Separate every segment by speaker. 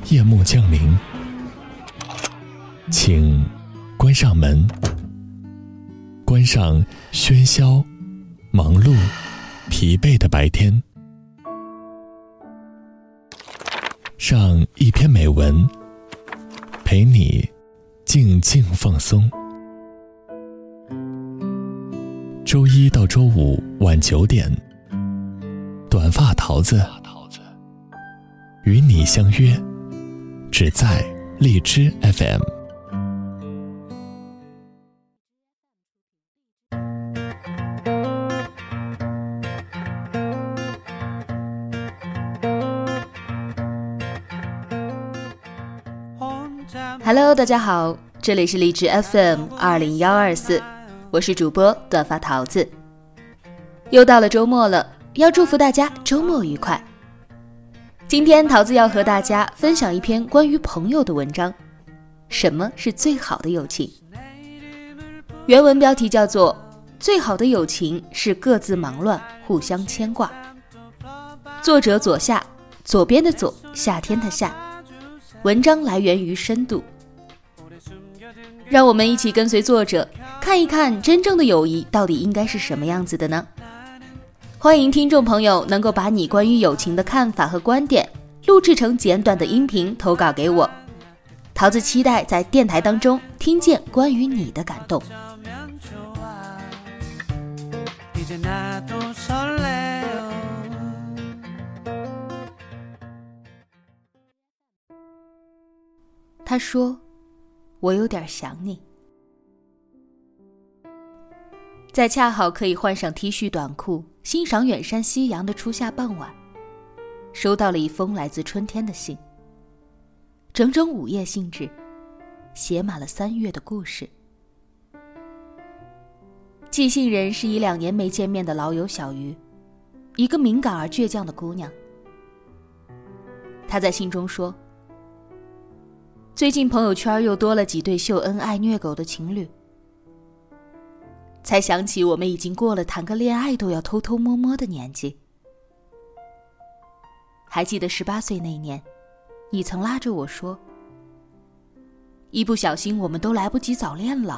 Speaker 1: 夜幕降临，请关上门，关上喧嚣、忙碌、疲惫的白天，上一篇美文，陪你静静放松。周一到周五晚9点，短发桃子与你相约，只在荔枝 FM。
Speaker 2: Hello， 大家好，这里是荔枝 FM 20124，我是主播短发桃子。又到了周末了，要祝福大家周末愉快。今天桃子要和大家分享一篇关于朋友的文章，什么是最好的友情？原文标题叫做最好的友情是各自忙乱，互相牵挂。作者左夏，左边的左，夏天的夏。文章来源于深度。让我们一起跟随作者，看一看真正的友谊到底应该是什么样子的呢？欢迎听众朋友能够把你关于友情的看法和观点录制成简短的音频投稿给我，桃子期待在电台当中听见关于你的感动。他说，我有点想你。在恰好可以换上 T 恤短裤，欣赏远山夕阳的初夏傍晚，收到了一封来自春天的信，整整5页信纸，写满了3月的故事。寄信人是1、2年没见面的老友小鱼，一个敏感而倔强的姑娘。她在信中说，最近朋友圈又多了几对秀恩爱虐狗的情侣，才想起我们已经过了谈个恋爱都要偷偷摸摸的年纪。还记得18岁那年，你曾拉着我说，一不小心我们都来不及早恋了。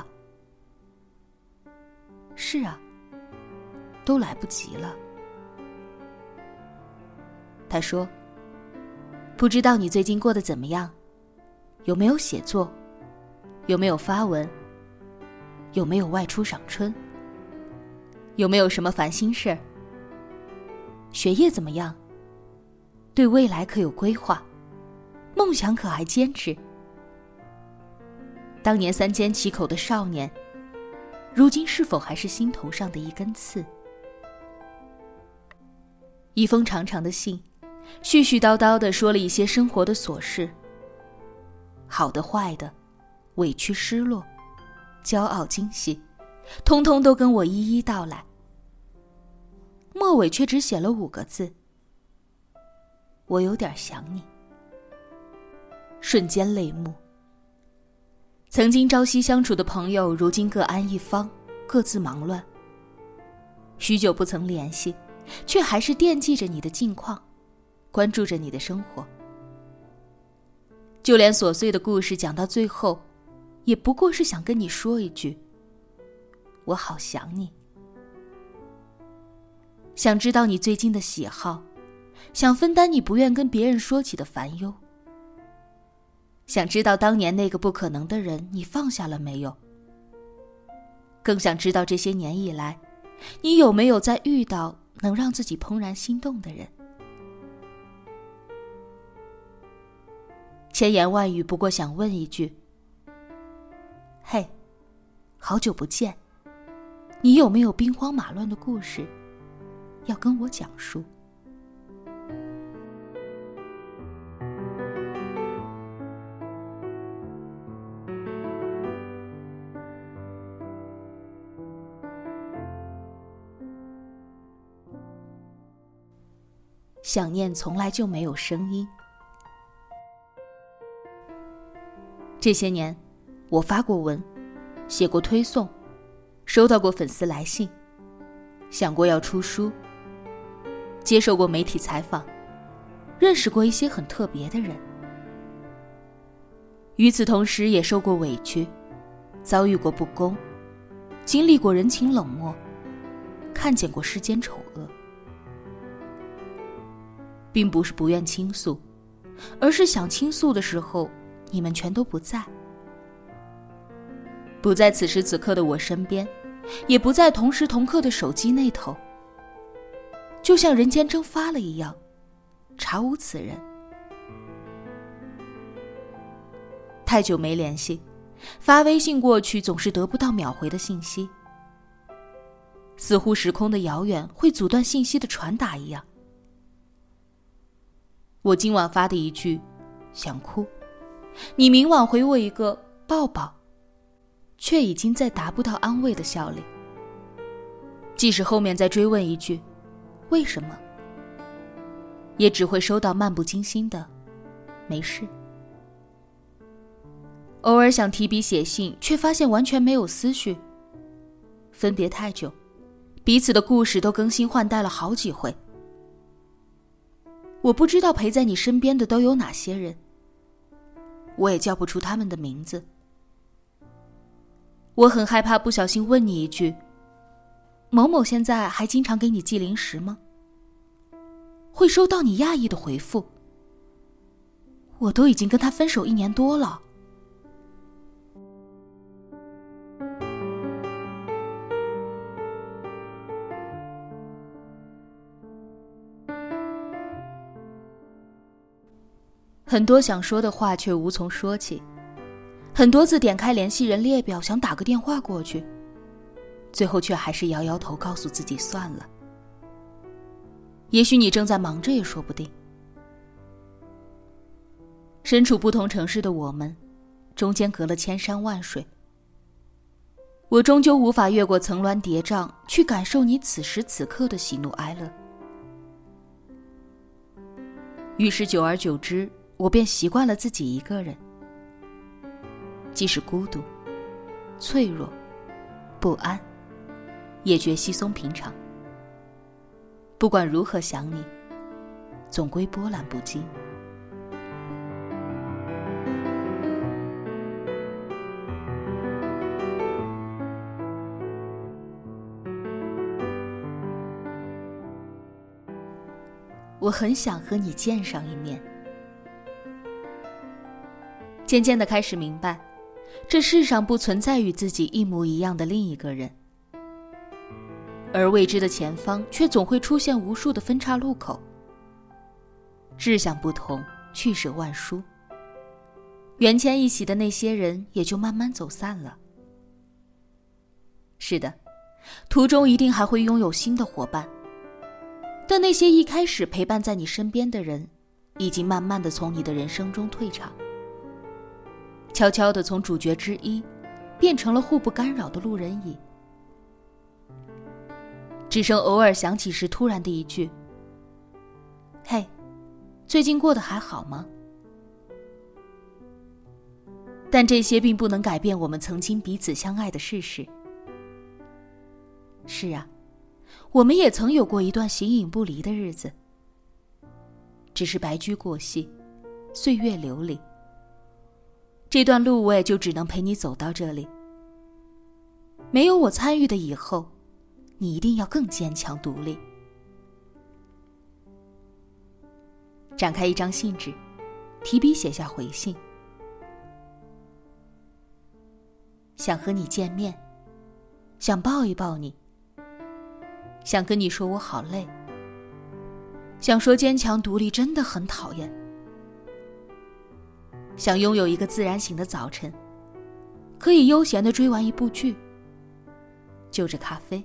Speaker 2: 是啊，都来不及了。他说，不知道你最近过得怎么样，有没有写作，有没有发文，有没有外出赏春，有没有什么烦心事儿，学业怎么样，对未来可有规划，梦想可还坚持？当年3缄其口的少年，如今是否还是心头上的一根刺？一封长长的信，絮絮叨叨地说了一些生活的琐事，好的坏的，委屈失落，骄傲惊喜，通通都跟我一一道来。末尾却只写了5个字，我有点想你。瞬间泪目。曾经朝夕相处的朋友，如今各安一方，各自忙乱。许久不曾联系，却还是惦记着你的近况，关注着你的生活。就连琐碎的故事讲到最后，也不过是想跟你说一句，我好想你。想知道你最近的喜好，想分担你不愿跟别人说起的烦忧，想知道当年那个不可能的人你放下了没有，更想知道这些年以来，你有没有再遇到能让自己怦然心动的人。千言万语不过想问一句，嘿，好久不见，你有没有兵荒马乱的故事要跟我讲述？想念从来就没有声音。这些年，我发过文，写过推送，收到过粉丝来信，想过要出书，接受过媒体采访，认识过一些很特别的人。 与此同时也受过委屈，遭遇过不公，经历过人情冷漠，看见过世间丑恶。并不是不愿倾诉，而是想倾诉的时候，你们全都不在。不在此时此刻的我身边，也不在同时同刻的手机那头，就像人间蒸发了一样，查无此人。太久没联系，发微信过去总是得不到秒回的信息，似乎时空的遥远会阻断信息的传达一样。我今晚发的一句想哭，你明晚回我一个抱抱，却已经在达不到安慰的效力。即使后面再追问一句为什么，也只会收到漫不经心的没事。偶尔想提笔写信，却发现完全没有思绪。分别太久，彼此的故事都更新换代了好几回。我不知道陪在你身边的都有哪些人，我也叫不出他们的名字。我很害怕不小心问你一句，某某现在还经常给你寄零食吗？会收到你讶异的回复，我都已经跟他分手1年多了。很多想说的话却无从说起，很多次点开联系人列表想打个电话过去，最后却还是摇摇头告诉自己算了。也许你正在忙着也说不定。身处不同城市的我们，中间隔了千山万水，我终究无法越过层峦叠嶂去感受你此时此刻的喜怒哀乐。于是久而久之，我便习惯了自己一个人，即使孤独、脆弱、不安，也觉稀松平常。不管如何想你，总归波澜不惊。我很想和你见上一面。渐渐地开始明白，这世上不存在与自己一模一样的另一个人，而未知的前方却总会出现无数的分岔路口。志向不同，去舍万殊，缘牵一起的那些人也就慢慢走散了。是的，途中一定还会拥有新的伙伴，但那些一开始陪伴在你身边的人，已经慢慢地从你的人生中退场，悄悄地从主角之一变成了互不干扰的路人乙，只剩偶尔想起时突然的一句，嘿，最近过得还好吗？但这些并不能改变我们曾经彼此相爱的事实。是啊，我们也曾有过一段形影不离的日子，只是白驹过隙，岁月流离。这段路我也就只能陪你走到这里。没有我参与的以后，你一定要更坚强独立。展开一张信纸，提笔写下回信。想和你见面，想抱一抱你，想跟你说我好累，想说坚强独立真的很讨厌，想拥有一个自然醒的早晨，可以悠闲地追完一部剧，就着咖啡，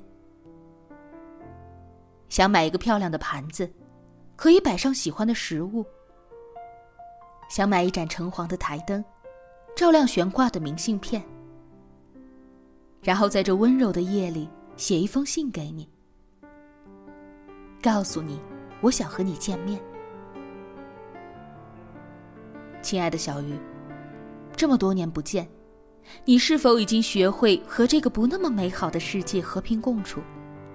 Speaker 2: 想买一个漂亮的盘子，可以摆上喜欢的食物，想买一盏橙黄的台灯，照亮悬挂的明信片，然后在这温柔的夜里写一封信给你，告诉你我想和你见面。亲爱的小鱼，这么多年不见，你是否已经学会和这个不那么美好的世界和平共处？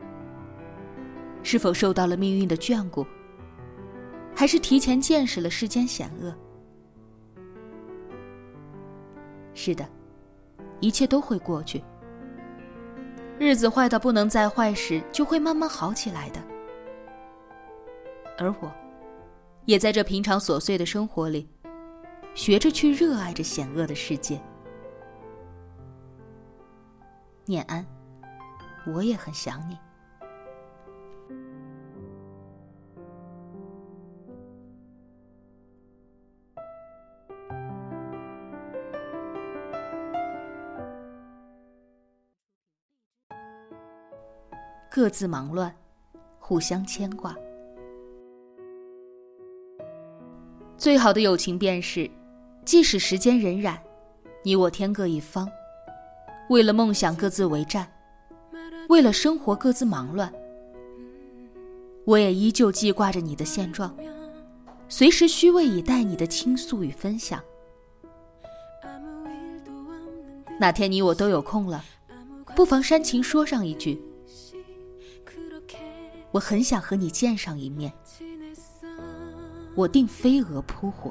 Speaker 2: 是否受到了命运的眷顾，还是提前见识了世间险恶？ 是的，一切都会过去。日子坏到不能再坏时，就会慢慢好起来的。而我，也在这平常琐碎的生活里，学着去热爱着险恶的世界。念安，我也很想你。各自忙乱，互相牵挂。最好的友情便是，即使时间荏苒，你我天各一方，为了梦想各自为战，为了生活各自忙乱。我也依旧记挂着你的现状，随时虚位以待你的倾诉与分享。哪天你我都有空了，不妨煽情说上一句，我很想和你见上一面，我定飞蛾扑火。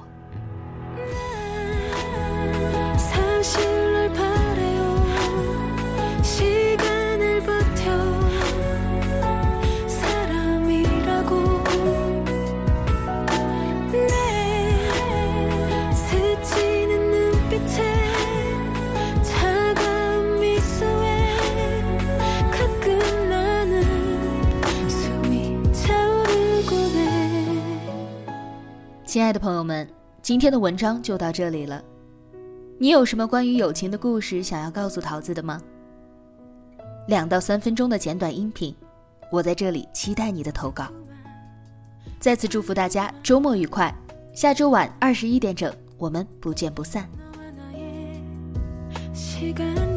Speaker 2: 亲爱的朋友们，今天的文章就到这里了。你有什么关于友情的故事想要告诉桃子的吗？2到3分钟的简短音频，我在这里期待你的投稿。再次祝福大家周末愉快，下周晚21点整，我们不见不散。